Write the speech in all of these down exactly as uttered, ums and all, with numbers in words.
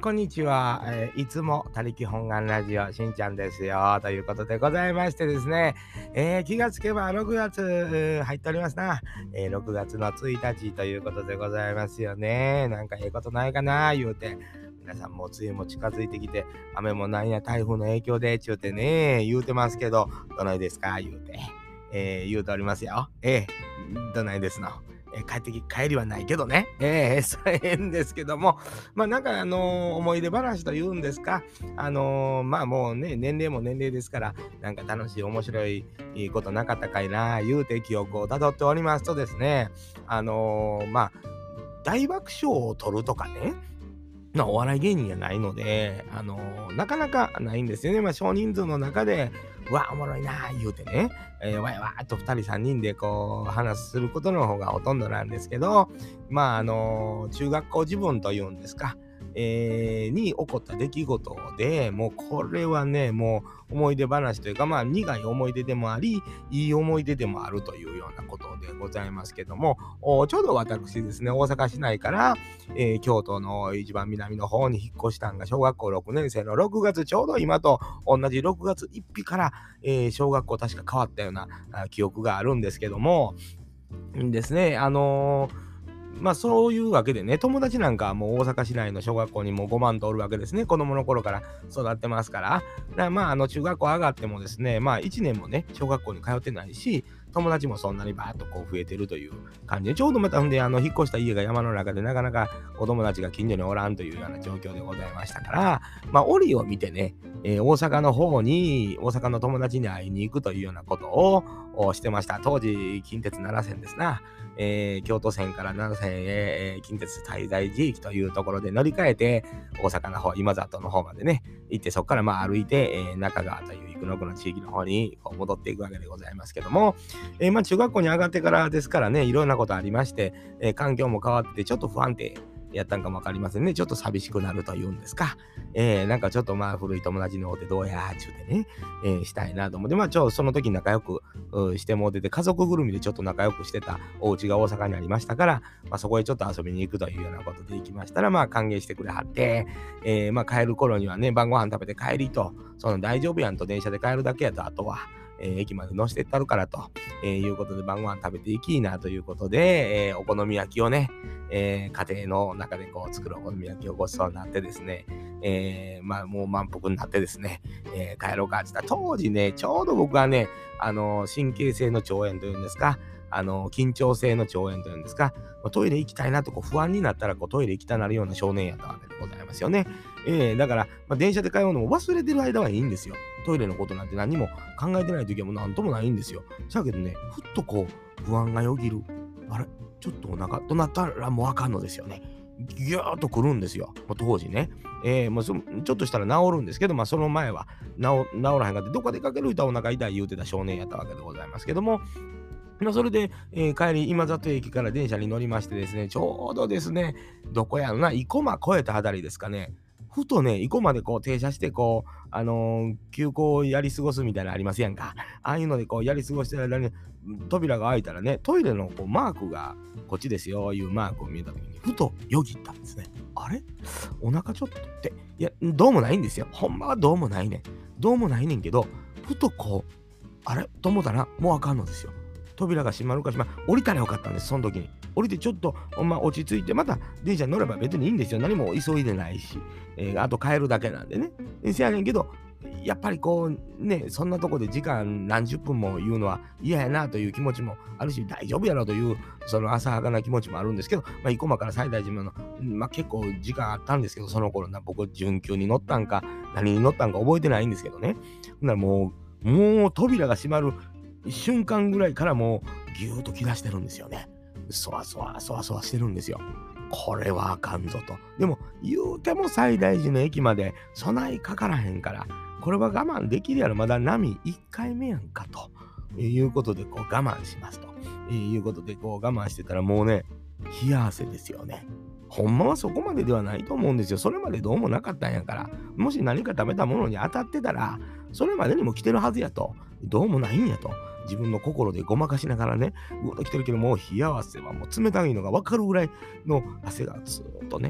こんにちは、えーいつも他力本願ラジオしんちゃんですよということでございましてですね、えー気がつけばろくがつえー入っておりますな、えーろくがつのついたちということでございますよね。なんかええことないかな言うて、皆さんも梅雨も近づいてきて、雨もなんや台風の影響でちゅうてね言うてますけど、どないですか言うて、えー言うておりますよ。えーどないですの。えー帰ってき帰りはないけどね、えー、それ変ですけども、まあなんかあのー思い出話というんですか、あのーまあもうね、年齢も年齢ですから、なんか楽しい面白いいいことなかったかいな言うて記憶をたどっておりますとですね、あのーまあ大爆笑を取るとかね、まあ、お笑い芸人じゃないので、あのーなかなかないんですよね。まあ、少人数の中で、うわ、おもろいなー言うてね、えー、わいわーっとふたりさんにんでこう、話することの方がほとんどなんですけど、まあ、あのー中学校自分というんですか、えーに起こった出来事で、もうこれはね、もう思い出話というか、まあ、苦い思い出でもあり、いい思い出でもあるというようなことでございますけども、おちょうど私ですね、大阪市内から、えー京都の一番南の方に引っ越したんが小学校ろくねん生のろくがつ、ちょうど今と同じろくがつついたちから、えー小学校確か変わったようなあ記憶があるんですけども、んですね、あのーまあそういうわけでね、友達なんかはもう大阪市内の小学校にもうごまんとおるわけですね。子供の頃から育ってますから。だからまああの中学校上がってもですね、まあいちねんもね、小学校に通ってないし、友達もそんなにバーッとこう増えてるという感じで、ちょうどまたほんであの引っ越した家が山の中でなかなかお友達が近所におらんというような状況でございましたから、まあ折を見てね、えー大阪の方に、大阪の友達に会いに行くというようなことををしてました。当時、近鉄奈良線ですな。えー京都線から奈良線へ、えー近鉄滞在寺駅というところで乗り換えて、大阪の方、今里の方までね、行って、そこからまあ歩いて、えー中川という生野区の地域の方にこう戻っていくわけでございますけども、えーまあ中学校に上がってからですからね、いろんなことありまして、えー環境も変わって、ちょっと不安定やったんかもわかりませんね。ちょっと寂しくなるというんですか。えーなんかちょっとまあ古い友達の方でどうやーちゅうてね、えーしたいなと思って、まあちょその時仲良くうしてもうてて、家族ぐるみでちょっと仲良くしてたお家が大阪にありましたから、まあ、そこへちょっと遊びに行くというようなことで行きましたら、まあ歓迎してくれはって、えーまあ帰る頃にはね、晩ご飯食べて帰りと、その大丈夫やんと、電車で帰るだけやと、あとは、えー駅まで乗せてったるからと、えーいうことで晩ご飯食べていきなということで、えーお好み焼きをね、えー家庭の中でこう作るお好み焼きをごちそうになってですね、えーまあもう満腹になってですね、えー帰ろうかって言ったら、当時ね、ちょうど僕はね、あの神経性の腸炎というんですか、あの緊張性の腸炎というんですか、トイレ行きたいなとこう不安になったらこうトイレ行きたなるような少年やったわけでございますよね。えー、だから、まあ、電車で通うのも忘れてる間はいいんですよ。トイレのことなんて何も考えてない時はもう何ともないんですよ。だけどね、ふっとこう不安がよぎる。あれちょっとお腹となったらもうあかんのですよね。ギューッとくるんですよ。もう当時ね。えー、もうそちょっとしたら治るんですけど、まあその前は治治らへんかって、どこか出かける人はお腹痛い言うてた少年やったわけでございますけども、まあ、それで、えー帰り、今里駅から電車に乗りましてですね、ちょうどですね、どこやろな、生駒越えたあたりですかね、ふとね、生駒でこう停車して、こう、あのー急行をやり過ごすみたいなのありますやんか。ああいうのでこうやり過ごしてる間に、扉が開いたらね、トイレのこうマークが、こっちですよ、いうマークを見えたときに、ふとよぎったんですね。あれお腹ちょっとって、いや、どうもないんですよ。ほんまはどうもないねん。どうもないねんけど、ふとこう、あれと思ったら、もうあかんのですよ。扉が閉まるか閉まる、降りたらよかったんです、その時に。降りてちょっと、まあ、落ち着いて、また電車に乗れば別にいいんですよ。何も急いでないし、えーあと帰るだけなんでね。えせやねんけど、やっぱりこう、ね、そんなとこで時間何十分も言うのは嫌やなという気持ちもあるし、大丈夫やろという、その浅はかな気持ちもあるんですけど、まあ、生駒から西大寺までの、まあ、結構時間あったんですけど、その頃な、僕、準急に乗ったんか、何に乗ったんか覚えてないんですけどね。ほんならもう、もう扉が閉まる瞬間ぐらいからもうギューッと来だしてるんですよね。そわそわそわそわしてるんですよ。これはあかんぞと。でも言うても西大寺の駅まで備えかからへんから、これは我慢できるやろ、まだ波いっかいめやんかということでこう我慢しますということでこう我慢してたら、もうね、冷や汗ですよね。ほんまはそこまでではないと思うんですよ。それまでどうもなかったんやから、もし何か食べたものに当たってたら、それまでにも来てるはずやと。どうもないんやと。自分の心でごまかしながらね、うわっと来てるけど、もう冷や汗はもう冷たいのが分かるぐらいの汗がずーっとね、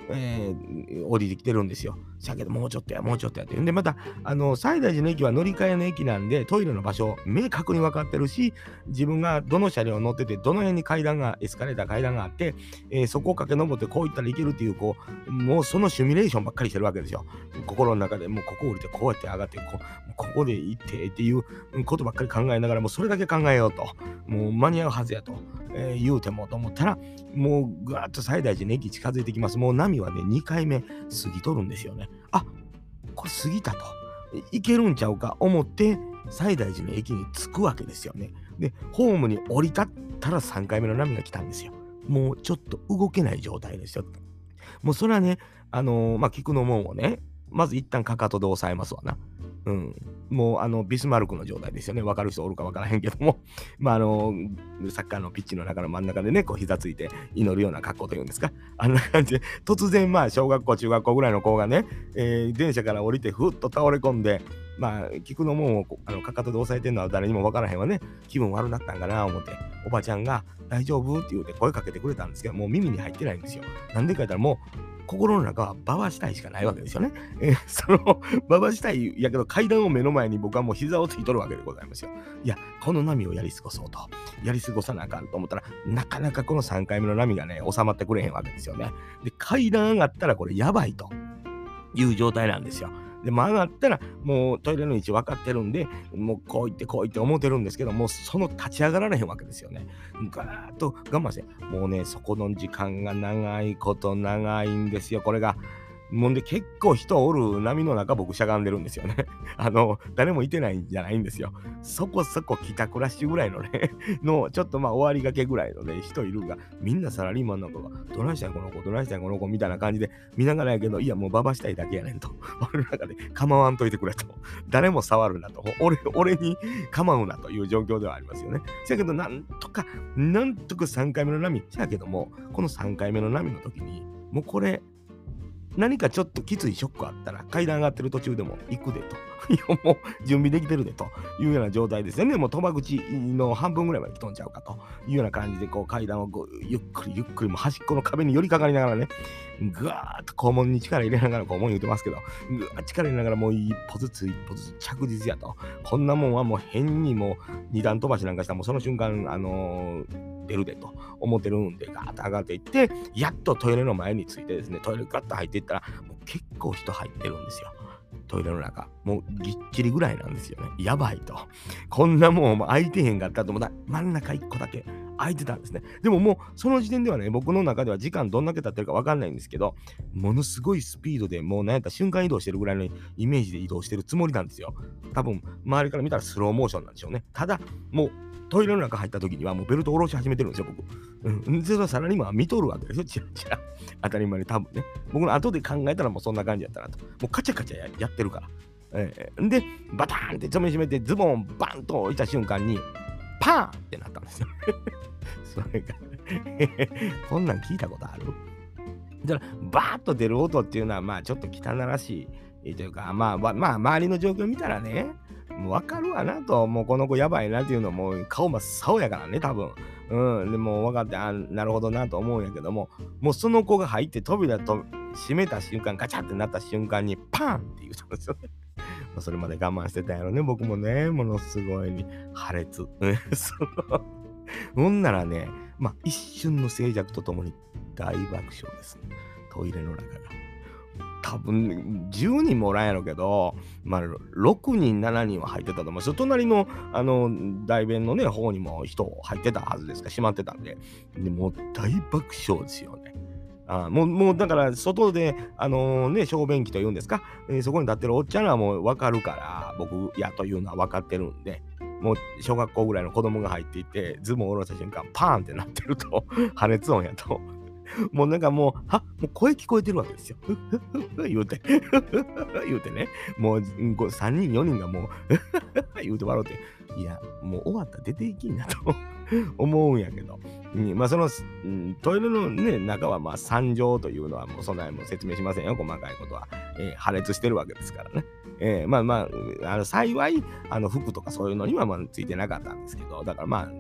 えー、降りてきてるんですよ。しゃけどもうちょっとやもうちょっとやって。でまたあの西大寺の駅は乗り換えの駅なんでトイレの場所明確に分かってるし、自分がどの車両乗っててどの辺に階段がエスカレーター階段があって、えー、そこを駆け上ってこういったらいけるっていうこうもうそのシミュレーションばっかりしてるわけですよ。心の中でもうここ降りてこうやって上がってこここで行ってっていうことばっかり考えながらもうそれだけ考えようと、もう間に合うはずやと、えー、言うてもと思ったらもうぐわっと西大寺の駅近づいてきます。もう波はねにかいめ過ぎとるんですよね。あ、これ過ぎたといけるんちゃうか思って西大寺の駅に着くわけですよね。でホームに降り立ったらさんかいめの波が来たんですよ。もうちょっと動けない状態ですよ。もうそれはね、あのー、まあ菊の門をねまず一旦かかとで押さえますわな。うん、もうあのビスマルクの状態ですよね。分かる人おるか分からへんけども、まああのサッカーのピッチの中の真ん中でねこう膝ついて祈るような格好というんですか、あんな感じで突然まあ小学校中学校ぐらいの子がね、えー、電車から降りてふっと倒れ込んで、まあ菊の門をあのかかとで押さえてんのは誰にも分からへんわね。気分悪なったんかな思っておばちゃんが大丈夫って言うて声かけてくれたんですけど、もう耳に入ってないんですよ。なんでか言ったらもう心の中は馬場したいしかないわけですよね。えー、その馬場したいやけど階段を目の前に僕はもう膝をついとるわけでございますよ。いやこの波をやり過ごそうとやり過ごさなあかんと思ったらなかなかこのさんかいめの波がね収まってくれへんわけですよね。で階段上がったらこれやばいという状態なんですよ。でも上がったらもうトイレの位置分かってるんでもうこう言ってこう言って思ってるんですけどもうその立ち上がられへんわけですよね。ガーッと我慢してもうねそこの時間が長いこと長いんですよこれが。もんで結構人おる波の中僕しゃがんでるんですよね。あの誰もいてないんじゃないんですよ。そこそこ帰宅ラッシュぐらいのねのちょっとまあ終わりがけぐらいのね人いるがみんなサラリーマンなんかがどないしたんこの子どないしたんこの子みたいな感じで見ながらやけどいやもうババしたいだけやねんと俺の中で構わんといてくれと誰も触るなと俺俺に構うなという状況ではありますよね。せやけどなんとかなんとかさんかいめの波せやけどもこのさんかいめの波の時にもうこれ何かちょっときついショックあったら階段上がってる途中でも行くでといやもう準備できてるでというような状態ですよね。もう鳥羽口の半分ぐらいまで来とんちゃうかというような感じでこう階段をこうゆっくりゆっくりも端っこの壁に寄りかかりながらねぐわーっと肛門に力入れながら肛門言うてますけどぐわー力入れながらもう一歩ずつ一歩ずつ着実やとこんなもんはもう変にもう二段飛ばしなんかしたらもうその瞬間あのー出るでと思ってるんでガーッと上がっていってやっとトイレの前に着いてですねトイレガッと入っていったらもう結構人入ってるんですよ。トイレの中もうぎっちりぐらいなんですよね。やばいとこんなもん空いてへんかったと思ったら真ん中いっこだけ空いてたんですね。でももうその時点ではね僕の中では時間どんだけ経ってるか分かんないんですけどものすごいスピードでもう何やったら瞬間移動してるぐらいのイメージで移動してるつもりなんですよ。多分周りから見たらスローモーションなんでしょうね。ただもうトイレの中入った時にはもうベルト下ろし始めてるんですよ僕。うん、それはサラリーマンは見とるわけですよチラチラ当たり前に多分ね僕の後で考えたらもうそんな感じやったなともうカチャカチャ や, やってるから、えー、でバターンってちょめ閉めてズボンバンと置いた瞬間にパーンってなったんですよそれがこんなん聞いたことある？だからバーッと出る音っていうのはまあちょっと汚らしいというかまあまあ周りの状況見たらねもう分かるわなともうこの子やばいなっていうのもう顔真っ青やからね多分うんでも分かってあなるほどなと思うんやけどももうその子が入って扉と閉めた瞬間ガチャってなった瞬間にパーンって言うたんですよねそれまで我慢してたやろね僕もねものすごいに破裂そのほんならねまあ一瞬の静寂とともに大爆笑ですねトイレの中が多分じゅうにんもおらんやろけど、まあ、ろくにんななにんは入ってたと思うし隣のあの大便のね方にも人入ってたはずですから閉まってたんで、でもう大爆笑ですよね。あもうもうだから外であのー、ね小便器というんですか、えー、そこに立ってるおっちゃんはもう分かるから僕やというのは分かってるんでもう小学校ぐらいの子供が入っていってズボンを下ろした瞬間パーンってなってると破裂音やともうなんかもうはもう声聞こえてるわけですよ言うて言うてねもうさんにんよにんがもう言うて笑うていやもう終わったら出ていきんなと思うんやけど、うん、まあその、うん、トイレのね中はまあ惨状というのはもうそんなにも説明しませんよ細かいことは、えー、破裂してるわけですからね、えー、まあまああの幸いあの服とかそういうのにはまあついてなかったんですけどだからまあ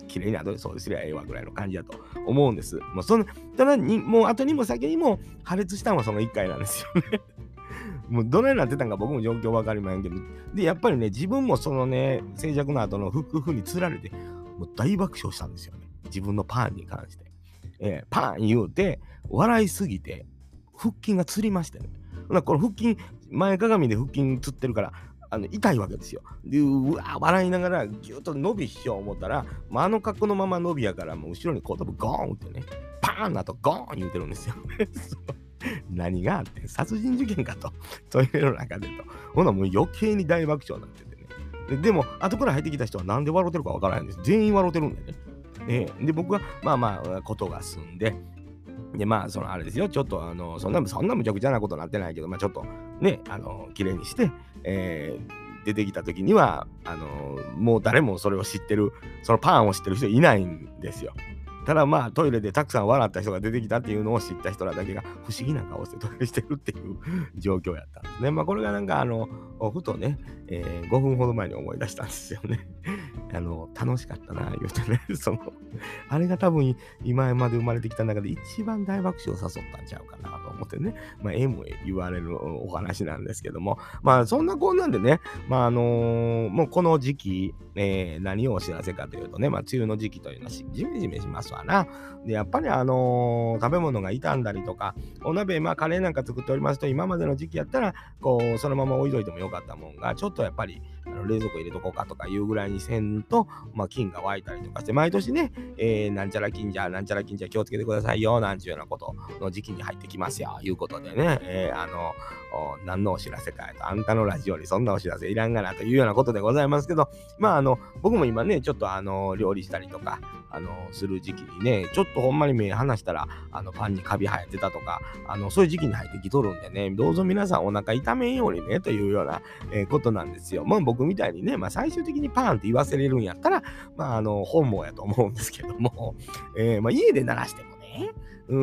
綺麗に後で掃除すりゃええわぐらいの感じだと思うんです。もうそのただにもう後にも先にも破裂したのはそのいっかいなんですよね。もうどないなってたんか僕も状況わかりませんけど、でやっぱりね自分もそのね静寂の後のフックフにつられてもう大爆笑したんですよね。自分のパンに関して、えー、パン言うて笑いすぎて腹筋がつりましてね。ほなこの腹筋前かがみで腹筋つってるからあの痛いわけですよ。でうわ笑いながらギュッと伸びしよう思ったら、まあ、あの格好のまま伸びやからもう後ろにこう多分ゴーンってねパーンなとゴーン言うてるんですよ。何があって殺人事件かとトイレの中でとほなもう余計に大爆笑になっててね。ででも後から入ってきた人はなんで笑ってるかわからないんです。全員笑ってるんでね。えー、で僕はまあまあことが済んで、でまあそのあれですよ、ちょっとあのそんなそんなむちゃくちゃなことなってないけど、まあちょっとねあの綺麗にして、えー、出てきた時にはあのもう誰もそれを知ってる、そのパンを知ってる人いないんですよ。ただまあトイレでたくさん笑った人が出てきたっていうのを知った人らだけが不思議な顔してトイレしてるっていう状況やったんですね。まあこれがなんかあのふとね、えー、ごふんほど前に思い出したんですよね。あの楽しかったな言うてね、そのあれが多分今まで生まれてきた中で一番大爆笑を誘ったんちゃうかなと思ってね、まあええも言われるお話なんですけども、まあそんなこんなんでね、まああのー、もうこの時期、えー、何をお知らせかというとね、まあ梅雨の時期というのはジメジメしますわな。でやっぱりあのー、食べ物が傷んだりとか、お鍋まあカレーなんか作っておりますと、今までの時期やったらこうそのまま置いといてもよかったもんが、ちょっとやっぱりあの冷蔵庫入れとこうかとかいうぐらいにせんと、まあ、菌が湧いたりとかして、毎年ね、えー、なんちゃら菌じゃなんちゃら菌じゃ気をつけてくださいよなんちゅうようなことの時期に入ってきますよいうことでね、えー、あの何のお知らせかと、あんたのラジオにそんなお知らせいらんがなというようなことでございますけど、まああの僕も今ねちょっとあの料理したりとかあのする時期にね、ちょっとほんまに目離したらあのパンにカビ生えてたとか、あのそういう時期に入ってきとるんでね、どうぞ皆さんお腹痛めんようにねというような、えー、ことなんですよ。まあ僕みたいにね、まあ最終的にパーンって言わせれるんやったら、まああの本望やと思うんですけども、えー、まあ家で鳴らしてもね、うん、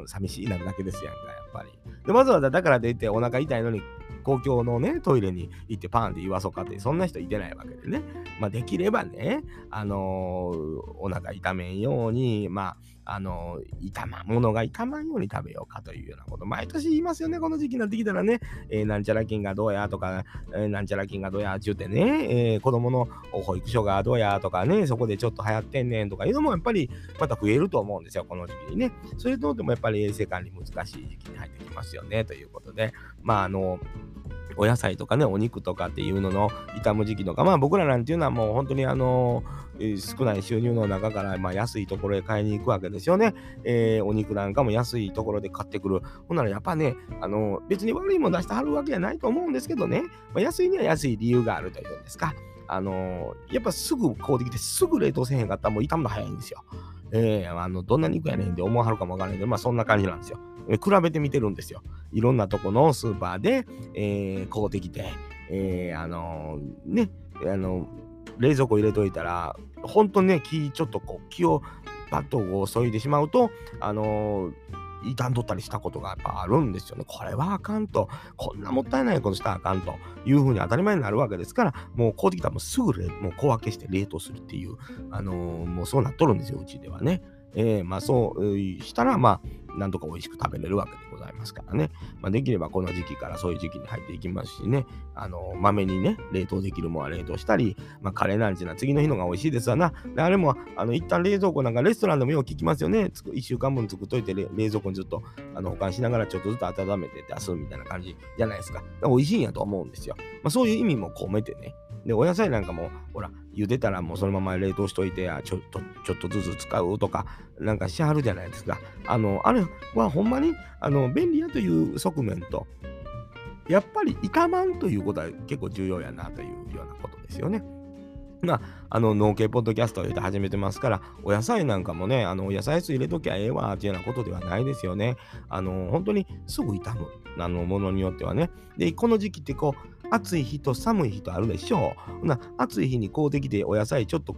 寂しいなるだけですやんか、やっぱり。で、わざわざだからといってお腹痛いのに公共のね、トイレに行ってパーンって言わそうかって、そんな人いてないわけでね。まあできればね、あのー、お腹痛めんように、まあ、あのー、痛ま、ものが痛まんように食べようかというようなこと、毎年言いますよね、この時期になってきたらね、えー、なんちゃら菌がどうやとか、えー、なんちゃら菌がどうやって言ってね、えー、子供の保育所がどうやとかね、そこでちょっと流行ってんねんとかいうのもやっぱりまた増えると思うんですよ、この時期にね。それとでもやっぱり衛生管理難しい時期に入ってきますよね、ということで、まああの、お野菜とかね、お肉とかっていうのの傷む時期とか、まあ僕らなんていうのはもう本当にあのー、少ない収入の中からまあ安いところへ買いに行くわけですよね。えー、お肉なんかも安いところで買ってくる。ほんならやっぱね、あのー、別に悪いもん出してはるわけじゃないと思うんですけどね、まあ、安いには安い理由があるというんですか。あのー、やっぱすぐ買うてきてすぐ冷凍せへんかったらもう傷むの早いんですよ。えー、あのどんな肉やねんって思わはるかもわからないけど、まあそんな感じなんですよ。比べてみてるんですよ。いろんなとこのスーパーで、えー、買うてきて、えー、あのー、ね、あの冷蔵庫入れといたら、ほんとね、気ちょっとこう気をパッとこう削いでしまうと、あのー、傷んどったりしたことがやっぱあるんですよね。これはあかんと、こんなもったいないことしたらあかんというふうに当たり前になるわけですから、もう買うてきたらもうすぐもう小分けして冷凍するっていう、あのー、もうそうなっとるんですよ、うちではね。えー、まあそうしたらまあなんとか美味しく食べれるわけでございますからね。まあ、できればこの時期からそういう時期に入っていきますしね、あのまめにね冷凍できるものは冷凍したり、まあ、カレーなんていうのは次の日のが美味しいですわな。であれもあの一旦冷蔵庫なんかレストランでもよく聞きますよね。いっしゅうかんぶん作っといて冷蔵庫にずっとあの保管しながらちょっとずつ温めて出すみたいな感じじゃないですか。美味しいんやと思うんですよ。まあ、そういう意味も込めてね。でお野菜なんかもほら茹でたらもうそのまま冷凍しといてちょっとちょっとずつ使うとかなんかしはるじゃないですか。あのあれはほんまにあの便利やという側面とやっぱり傷まんということは結構重要やなというようなことですよね。まあ、あの農系ポッドキャストを入れて始めてますから、お野菜なんかもね、あのお野菜室入れときゃええわっていうようなことではないですよね。あの本当にすぐ傷むあのものによってはね。でこの時期ってこう暑い日と寒い日とあるでしょう。な暑い日にこうできてお野菜ちょっとこう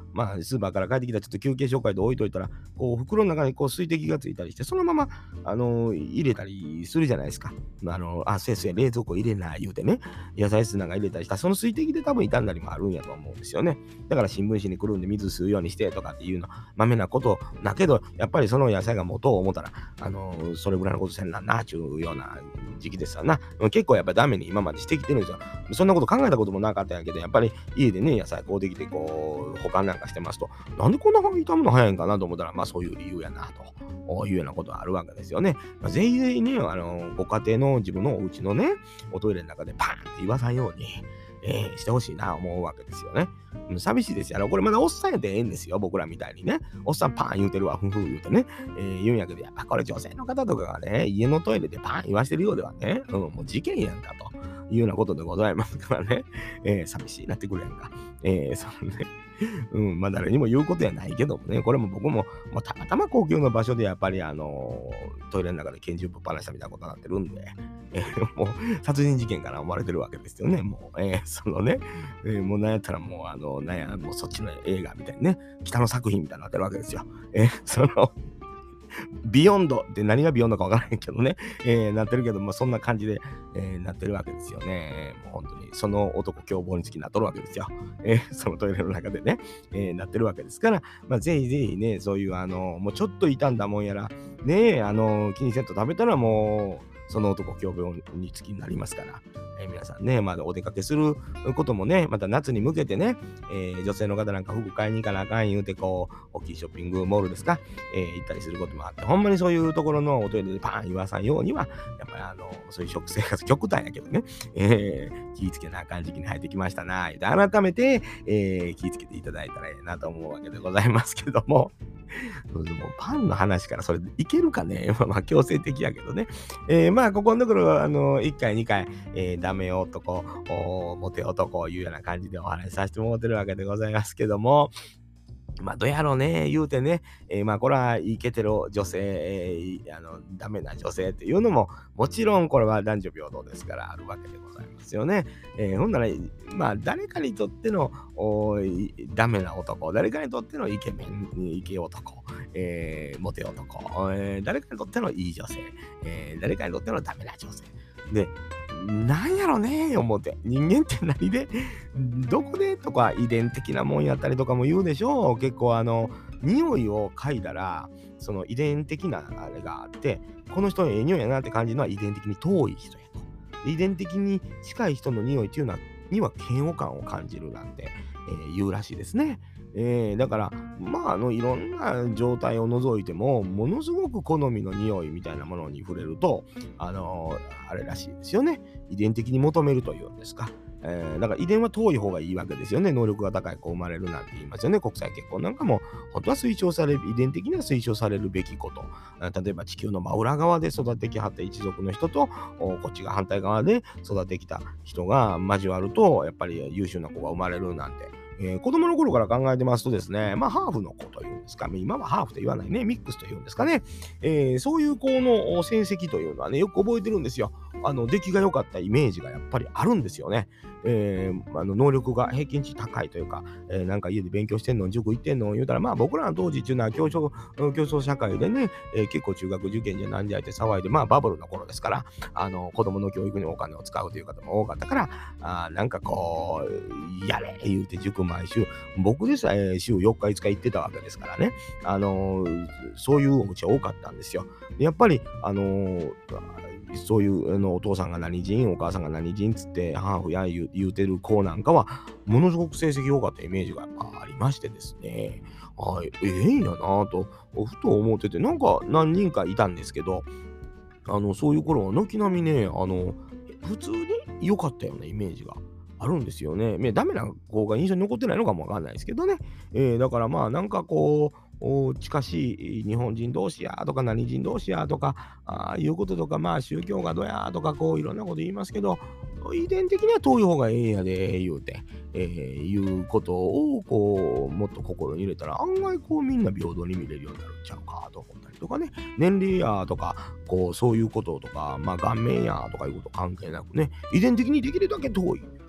まあスーパーから帰ってきたらちょっと休憩紹介で置いといたら、こう袋の中にこう水滴がついたりして、そのままあの入れたりするじゃないですか。あのあせいせい冷蔵庫入れない言うてね、野菜室なんか入れたりしたら、その水滴で多分傷んだりもあるんやと思うんですよね。だから新聞紙にくるんで水吸うようにしてとかっていうのまめなことだけど、やっぱりその野菜が元を思ったら、あのーそれぐらいのことせんなんなちゅうような時期ですわな。結構やっぱりダメに今までしてきてるんですよ。そんなこと考えたこともなかったんやけど、やっぱり家でね、野菜こうできてこう保管なんかしてますと、なんでこんな傷むの早いんかなと思ったら、まあそういう理由やなというようなことがあるわけですよね。まあ、ぜひぜひね、あのご家庭の自分のお家のね、おトイレの中でパーンって言わさんように、えー、してほしいな思うわけですよね。うん、寂しいですよ。あのこれまだおっさんやってええんですよ。僕らみたいにね。おっさんパーン言うてるわ、ふんふん言うてね。えー、言うんやけど、やっぱこれ女性の方とかがね、家のトイレでパーン言わしてるようではね、うん、もう事件やんかというようなことでございますからね。えー、寂しいなってくるやんか。えー、そのね。うん、まあ誰にも言うことやないけどもね、これも僕も、もうたまたま公共の場所でやっぱりあのートイレの中で拳銃ぶっ放したみたいなことになってるんで、えーもう殺人事件から思われてるわけですよね、もう、えーそのね、えーもうなんやったらもうあの、なんや、もうそっちの映画みたいにね、北の作品みたいになってるわけですよ。えーその、ビヨンドって何がビヨンドかわからへんけどね、えーなってるけど、まあ、そんな感じで、えーなってるわけですよね。もう本当に、その男凶暴につきになっとるわけですよ。えーそのトイレの中でね、えーなってるわけですから、まあ、ぜひぜひね、そういうあの、もうちょっと傷んだもんやら、ね、あの、気にせんと食べたらもう、その男凶暴につきになりますから、えー皆さんね、まだお出かけすることもね、また夏に向けてね、えー女性の方なんか服買いに行かなあかん言うて、こう、大きいショッピングモールですか、えー行ったりすることもあって、ほんまにそういうところのおトイレでパーン言わさんようには、やっぱりあの、そういう食生活、極端やけどね、えー気ぃつけなあかん時期に入ってきましたな、で改めて、えー気ぃつけていただいたらええなと思うわけでございますけども、そうでもパンの話からそれいけるかね、まあ、まあ強制的やけどね。えーまあ、ここのところ、あの、いっかい、にかい、えーダメ男、おモテ男いうような感じでお話しさせてもらってるわけでございますけども、まあ、どやろうね、言うてね、えーまあ、これはイケてる女性、えーあの、ダメな女性っていうのも、もちろんこれは男女平等ですからあるわけでございますよね。えーほんなら、まあ、誰かにとってのおいダメな男、誰かにとってのイケメン、イケ男、えーモテ男、えー誰かにとってのいい女性、えー誰かにとってのダメな女性。で、なんやろね思って。人間って何で、どこでとか遺伝的なもんやったりとかも言うでしょう。結構あの、匂いを嗅いだら、その遺伝的なあれがあって、この人のええ匂いやなって感じるのは遺伝的に遠い人やと。遺伝的に近い人の匂いっていうのは、には嫌悪感を感じるなんて、えー言うらしいですね。えーだから、まあ、あの、いろんな状態を除いても、ものすごく好みの匂いみたいなものに触れると、あのーあれらしいですよね。遺伝的に求めるというんですか。えーだから遺伝は遠い方がいいわけですよね。能力が高い子生まれるなんて言いますよね。国際結婚なんかも、本当は推奨される、遺伝的には推奨されるべきこと。あ例えば地球の真裏側で育ってきはった一族の人と、おこっちが反対側で育ってきた人が交わると、やっぱり優秀な子が生まれるなんて。えー子供の頃から考えてますとですね、まあ、ハーフの子というんですか、今はハーフと言わないね、ミックスというんですかね、えーそういう子のお成績というのはね、よく覚えてるんですよ。あの、出来が良かったイメージがやっぱりあるんですよね。えーあの能力が平均値高いというか、えーなんか家で勉強してんの、塾行ってんの言うたら、まあ僕らの当時っていうのは競争、うん競争社会でね、えー結構中学受験じゃなんじゃいって騒いで、まあバブルの頃ですから、あの、子供の教育にお金を使うという方も多かったから、あーなんかこう、やれ言うて塾毎週、僕でさえ週よっかいつか行ってたわけですからね、あのーそういうお家多かったんですよ。でやっぱり、あのーそういうあのお父さんが何人、お母さんが何人つってハーフや言う言うてる子なんかは、ものすごく成績良かったイメージがやっぱありましてですね、はい、ええんやなぁと、ふと思ってて、なんか何人かいたんですけど、あの、そういう頃は軒並みね、あの、普通に良かったようなイメージがあるんですよね。ね、ダメな子が印象に残ってないのかもわかんないですけどね。えーだからまあ、なんかこう、お近しい日本人同士やとか何人同士やとか、ああいうこととか、まあ宗教がどやとか、こういろんなこと言いますけど、遺伝的には遠い方がええんやで、言うて、えーいうことを、こう、もっと心に入れたら、案外こうみんな平等に見れるようになるんちゃうかと思ったりとかね、年齢やとか、こう、そういうこととか、まあ顔面やとかいうこと関係なくね、遺伝的にできるだけ遠い。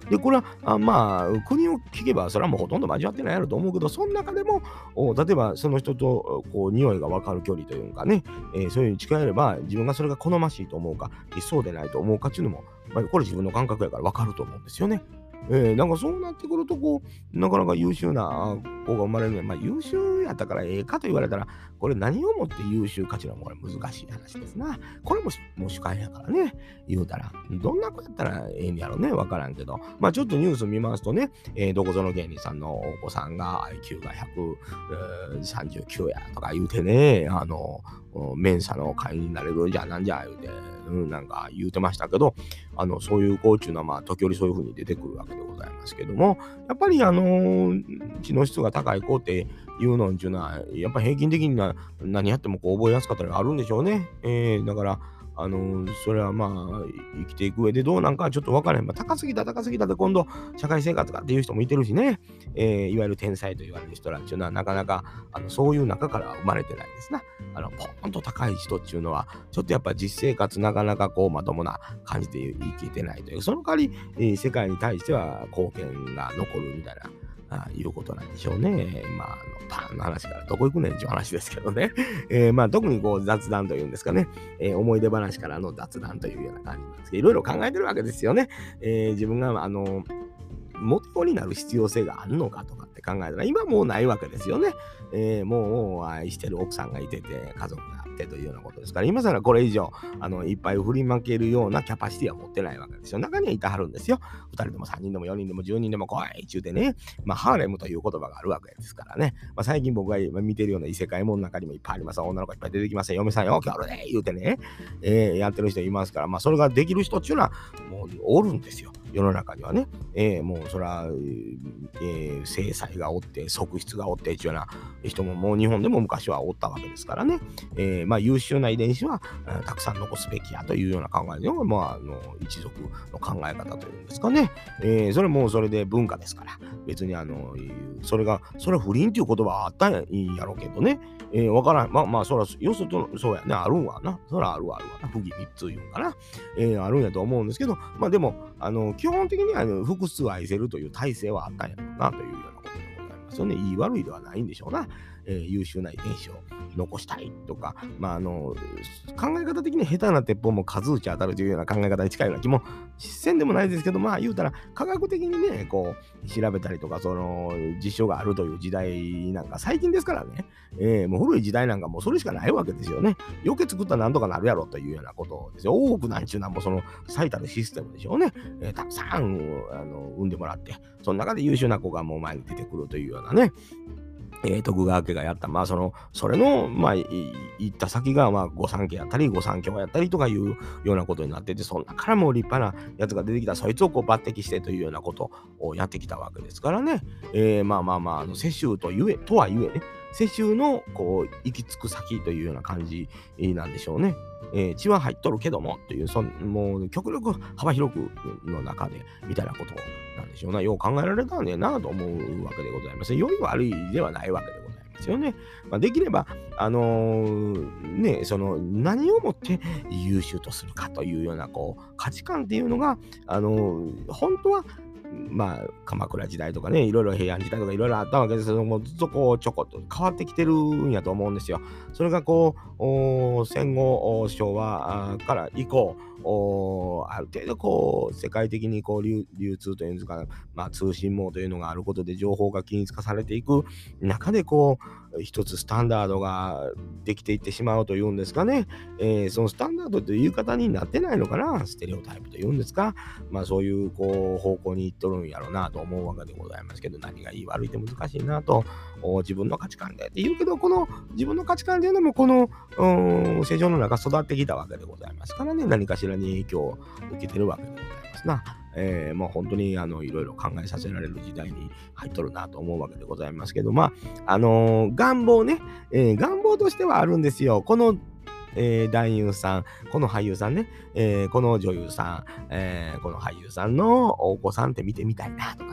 で、これは、あまあ、国を聞けば、それはもうほとんど交わってないやろと思うけど、その中でも、お例えばその人とこう匂いが分かる距離というかね、えーそういうに近寄れば、自分がそれが好ましいと思うか、そうでないと思うかっていうのも、まあ、これ自分の感覚やから分かると思うんですよね。えー、なんかそうなってくると、こう、なかなか優秀な子が生まれるね。まあ優秀やったからええかと言われたら、これ何をもって優秀かちらもこれ難しい話ですな。これももう主観やからね、言うたら。どんな子やったらええんやろね、わからんけど。まあちょっとニュース見ますとね、えーどこぞの芸人さんのお子さんが アイキュー がひゃくさんじゅうきゅうやとか言うてね、あの、メンサの会員になれるんじゃなんじゃ言うて、うん、なんか言うてましたけど、あのそういう子っていうのはまあ時折そういう風に出てくるわけでございますけども、やっぱりあのー知能質が高い子っていうのっていうのは、やっぱ平均的には何やってもこう覚えやすかったりあるんでしょうね。えー、だからあのーそれはまあ生きていく上でどうなんかはちょっと分からへん。まあ、高すぎた高すぎたで今度社会生活がっていう人もいてるしね、えー、いわゆる天才と言われる人らっていうのはなかなかあのそういう中からは生まれてないですな。あのポーンと高い人っていうのはちょっとやっぱ実生活なかなかこうまともな感じで生きてないという、その代わり、えー世界に対しては貢献が残るみたいな。あいうことなんでしょうね。まあ、あのパンの話からどこ行くねんっていう話ですけどね。えーまあ、特にこう雑談というんですかね、えー思い出話からの雑談というような感じなんですけど、いろいろ考えてるわけですよね。えー自分が、あの、元子になる必要性があるのかとかって考えたら、今もうないわけですよね。えーもう愛してる奥さんがいてて、家族があってというようなことですから、今更これ以上、あの、いっぱい振りまけるようなキャパシティは持ってないわけですよ。中にはいたはるんですよ。ふたりでもさんにんでもよにんでもじゅうにんでも来いっちゅうてね、まあ、ハーレムという言葉があるわけですからね。まあ、最近僕が今見てるような異世界もの中にもいっぱいあります。女の子いっぱい出てきますよ。嫁さんよ、今日あるね言うてね、えーやってる人いますから、まあ、それができる人っていうのはもうおるんですよ。世の中にはね。えーもうそれは、えー制裁がおって、側室がおってっていうような人ももう日本でも昔はおったわけですからね。えーまあ、優秀な遺伝子は、えーたくさん残すべきやというような考えのが、まあ、あの一族の考え方というんですかね。えーそれもそれで文化ですから、別にあの、それが、それは不倫っていう言葉はあったんやろうけどね。えー、わからん。まあまあ、そら、要すると、そうやね、あるんわな。そらあるわあるわな。不義みっつ言うんかな。えーあるんやと思うんですけど、まあでも、あの、基本的には、あの複数愛せるという体制はあったんやろうな、というようなことでございますよね。いい悪いではないんでしょうな。えー優秀な遺伝子を残したいとか、まあ、あの、考え方的に下手な鉄砲も数打ち当たるというような考え方に近いような気もせんでもないですけど、まあ言うたら科学的にね、こう調べたりとか、その実証があるという時代なんか最近ですからね、えーもう古い時代なんかもうそれしかないわけですよね。余計作ったらなんとかなるやろというようなことですよ。多くなんちゅうなんもその最たるシステムでしょうね。えーたくさんあの産んでもらって、その中で優秀な子がもう前に出てくるというようなね。えー徳川家がやった、まあ、その、それの、まあ、い行った先が、まあ、御三家やったり、御三家やったりとかいうようなことになってて、そんなからもう立派なやつが出てきた、そいつをこう抜擢してというようなことをやってきたわけですからね。えーまあまあまあ、あの世襲とゆえ、とはゆえね、世襲の、こう、行き着く先というような感じなんでしょうね。えー血は入っとるけどもという、そんもう極力幅広くの中でみたいなことなんでしょうな。よう考えられたんだよなと思うわけでございます。良い悪いではないわけでございますよね。まあ、できれば、あのーね、その何をもって優秀とするかというようなこう価値観っていうのが、あのー本当はまあ、鎌倉時代とかね、いろいろ平安時代とかいろいろあったわけですけども、ずっとこう、ちょこっと変わってきてるんやと思うんですよ。それがこう、お戦後、お昭和あーから以降、おある程度こう、世界的にこう流、流通というんですか、まあ、通信網というのがあることで情報が均一化されていく中で、こう、一つスタンダードができていってしまうというんですかね。えーそのスタンダードという言い方になってないのかな、ステレオタイプというんですか。まあそういうこう方向に行っとるんやろうなと思うわけでございますけど、何がいい悪いって難しいなと、お自分の価値観でって言うけど、この自分の価値観っていうのもこのうーん世情の中育ってきたわけでございますからね、何かしらに影響を受けてるわけでございますな。えー、まあ本当にあのいろいろ考えさせられる時代に入っとるなと思うわけでございますけど、まああのー願望ね、えー願望としてはあるんですよ。このえー男優さん、この俳優さんね、えーこの女優さん、えーこの俳優さんのお子さんって見てみたいなとかね、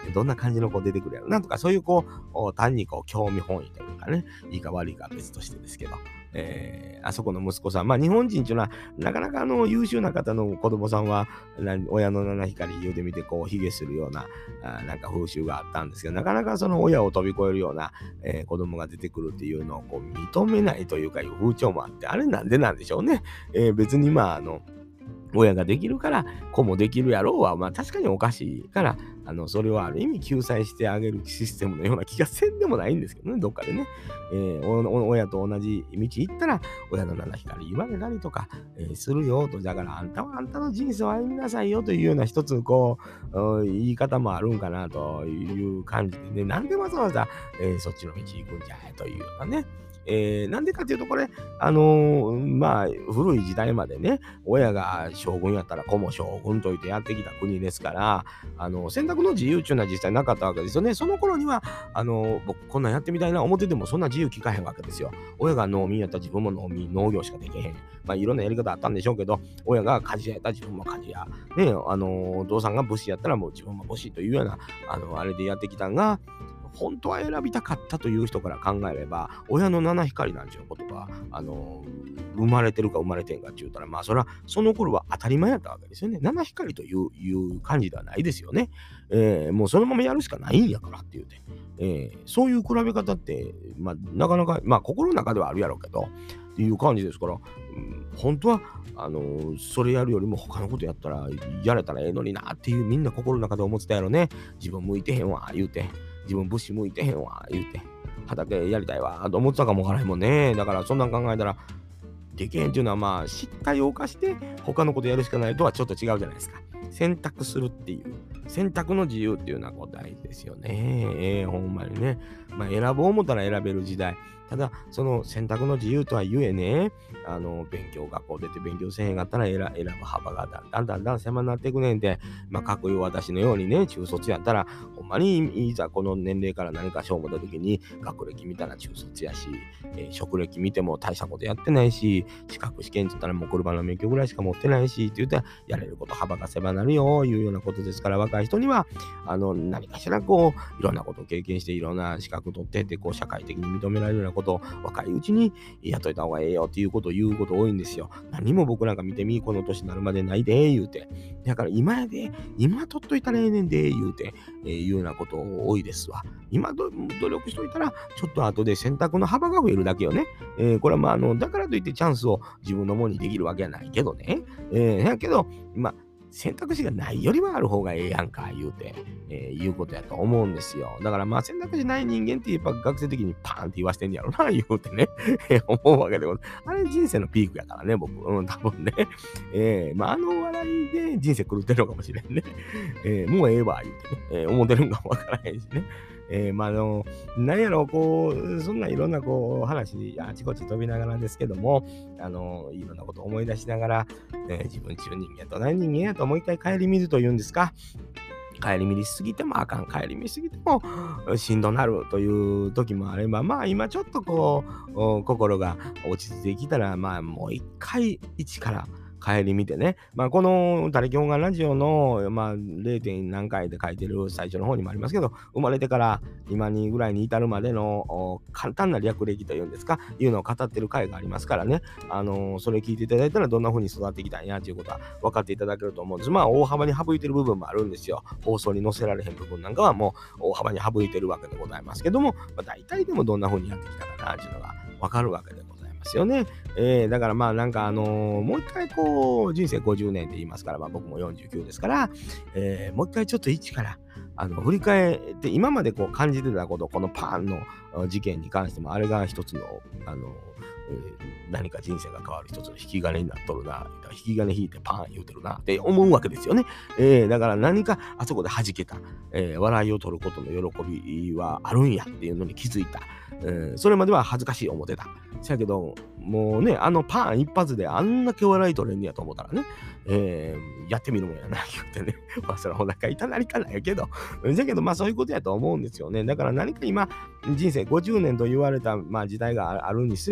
どんな感じの子出てくるやろなとか、そういうこう、単にこう、興味本位というかね、いいか悪いかは別としてですけど、えー、あそこの息子さん、まあ日本人っていうのは、なかなかあの優秀な方の子供さんは、な親の七光言うてみて、こう、卑下するような、あなんか風習があったんですけど、なかなかその親を飛び越えるような、えー、子供が出てくるっていうのをこう認めないというかいう風潮もあって、あれなんでなんでしょうね。えー、別にまあ、あの、親ができるから子もできるやろうは、まあ確かにおかしいから、あの、それをある意味救済してあげるシステムのような気がせんでもないんですけどね、どっかでね。えー、おお親と同じ道行ったら、親の七光言われたりとか、えーするよと、だからあんたはあんたの人生を歩みなさいよというような一つ、こう、うん言い方もあるんかなという感じでね、なんでわざわざ、えーそっちの道行くんじゃいというようなね。えーなんでかっていうと、これ、あのーまあ、古い時代までね、親が将軍やったら子も将軍と言ってやってきた国ですから、あの、選択の自由っていうのは実際なかったわけですよね。その頃には、あの、僕こんなんやってみたいな、思っててもそんな自由聞かへんわけですよ。親が農民やったら自分も農民、農業しかできへん。まあ、いろんなやり方あったんでしょうけど、親が鍛冶屋やったら自分も鍛冶屋。ね、あの、お父さんが武士やったらもう自分も武士というような、あの、あれでやってきたんが、本当は選びたかったという人から考えれば、親の七光なんていうことが、あの、生まれてるか生まれてんかって言ったら、まあ、それは、その頃は当たり前やったわけですよね。七光という、いう感じではないですよね。えーもうそのままやるしかないんやからって言うて。えーそういう比べ方って、まあ、なかなか、まあ、心の中ではあるやろうけど、っていう感じですから、うん本当は、あのーそれやるよりも他のことやったら、やれたらええのになっていう、みんな心の中で思ってたやろね。自分向いてへんわ、言うて。自分武士向いてへんわ、言うて。畑やりたいわ、と思ってたかもわからへんもんね。だからそんなん考えたら、できへんっていうのはまあ、失態を犯して他のことやるしかないとはちょっと違うじゃないですか。選択するっていう、選択の自由っていうのはこう大事ですよね。ええほんまにね。まあ、選ぼう思ったら選べる時代。ただ、その選択の自由とはゆえね、あの、勉強、学校出て勉強せえへんかったら選選ぶ幅がだんだんだんだん狭くなっていくねんで、まあ、かっこいい私のようにね、中卒やったら、ほんまにいざこの年齢から何か賞を持った時に、学歴見たら中卒やし、えー職歴見ても大したことやってないし、資格試験って言ったらもう車の免許ぐらいしか持ってないし、って言ったらやれること幅が狭なるよ、いうようなことですから、若い人には、あの、何かしらこう、いろんなことを経験して、いろんな資格取ってって、こう、社会的に認められるようなことを若いうちにやっといた方がええよっていうことを言うこと多いんですよ。何も僕なんか見てみ、この年になるまでないで、言うて。だから今やで、今取っといたらええねんで、言うて、えーいうようなこと多いですわ。今ど努力しといたら、ちょっと後で選択の幅が増えるだけよね。えーこれはまあ、あの、だからといってチャンスを自分のものにできるわけはないけどね。えー、やけど、まあ、選択肢がないよりはある方がええやんか、言うて、えー、いうことやと思うんですよ。だからまあ選択肢ない人間ってやっぱ学生的にパーンって言わしてんやろな、言うてね、えー思うわけでございます。あれ人生のピークやからね、僕。うん、多分ね。えー、まああの笑いで人生狂ってるのかもしれんね。えー、もうええわ、言うてね、えー思ってるんかもわからへんしね。えー、まあ、あの、なんやろ、こう、そんないろんな、こう、話、あちこち飛びながらですけども、あの、いろんなことを思い出しながら、えー自分中人間と何人間やともう一回顧みるというんですか。顧みりすぎてもあかん、顧みすぎてもしんどなるという時もあれば、まあ今ちょっとこう、お心が落ち着いてきたら、まあもう一回一から帰り見てね、まあこの他力本願ラジオの、まあ れい. 点何回で書いてる最初の方にもありますけど、生まれてから今にぐらいに至るまでのお簡単な略歴というんですか、いうのを語ってる回がありますからね、あのーそれ聞いていただいたらどんな風に育ってきたんやということは分かっていただけると思うんです。まあ大幅に省いてる部分もあるんですよ。放送に載せられへん部分なんかはもう大幅に省いてるわけでございますけども、まあ、大体でもどんな風にやってきたかなというのが分かるわけでございますよね。えー、だからまあなんかあのーもう一回こう人生ごじゅうねんって言いますから、まあ僕もよんじゅうきゅうですから、えーもう一回ちょっと一からあの振り返って今までこう感じてたこと、このパーンのあ事件に関してもあれが一つのあの、えー何か人生が変わる一つの引き金になっとるな、引き金引いてパーン言うてるなって思うわけですよね。えー、だから何かあそこで弾けた、えー笑いを取ることの喜びはあるんやっていうのに気づいた。うん、それまでは恥ずかしい思ってた。せやけど、もうね、あのパーン一発であんだけ笑い取れんねやと思ったらね、えーやってみるもんやな、言ってね。まあ、それはお腹痛なりかないやけど、だけど、まあそういうことやと思うんですよね。だから何か今、人生ごじゅうねんと言われた、まあ、時代があるにすれば、まあこ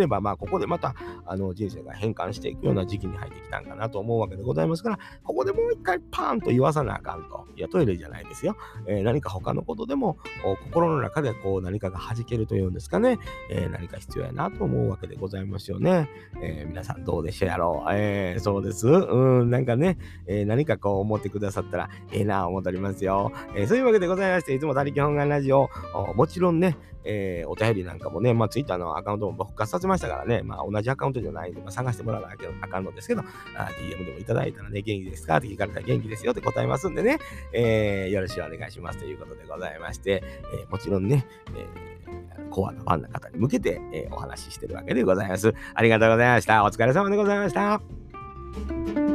こでまたあの人生が変換していくような時期に入ってきたんかなと思うわけでございますから、ここでもう一回パーンと言わさなあかんと。いや、トイレじゃないですよ。えー、何か他のことでも心の中でこう何かが弾けるというんですかね、えー、何か必要やなと思うわけでございますよね。えー、皆さんどうでしょうやろう。えー、そうです。うん、なんかね、えー、何かこう思ってくださったらええな思っておりますよ。えー、そういうわけでございまして、いつも他力本願ラジオ、もちろんね、えー、お便りなんかもね、まあ、ツイッターのアカウントも復活させましたからね、まあ、同じアカウントじゃないんで、まあ、探してもらわなきゃあかんのですけど、あ ディーエム でもいただいたらね、元気ですかって聞かれたら元気ですよって答えますんでね、えー、よろしくお願いしますということでございまして、えー、もちろんね、えー、コアなファンの方に向けて、えー、お話ししてるわけでございます。ありがとうございました。お疲れ様でございました。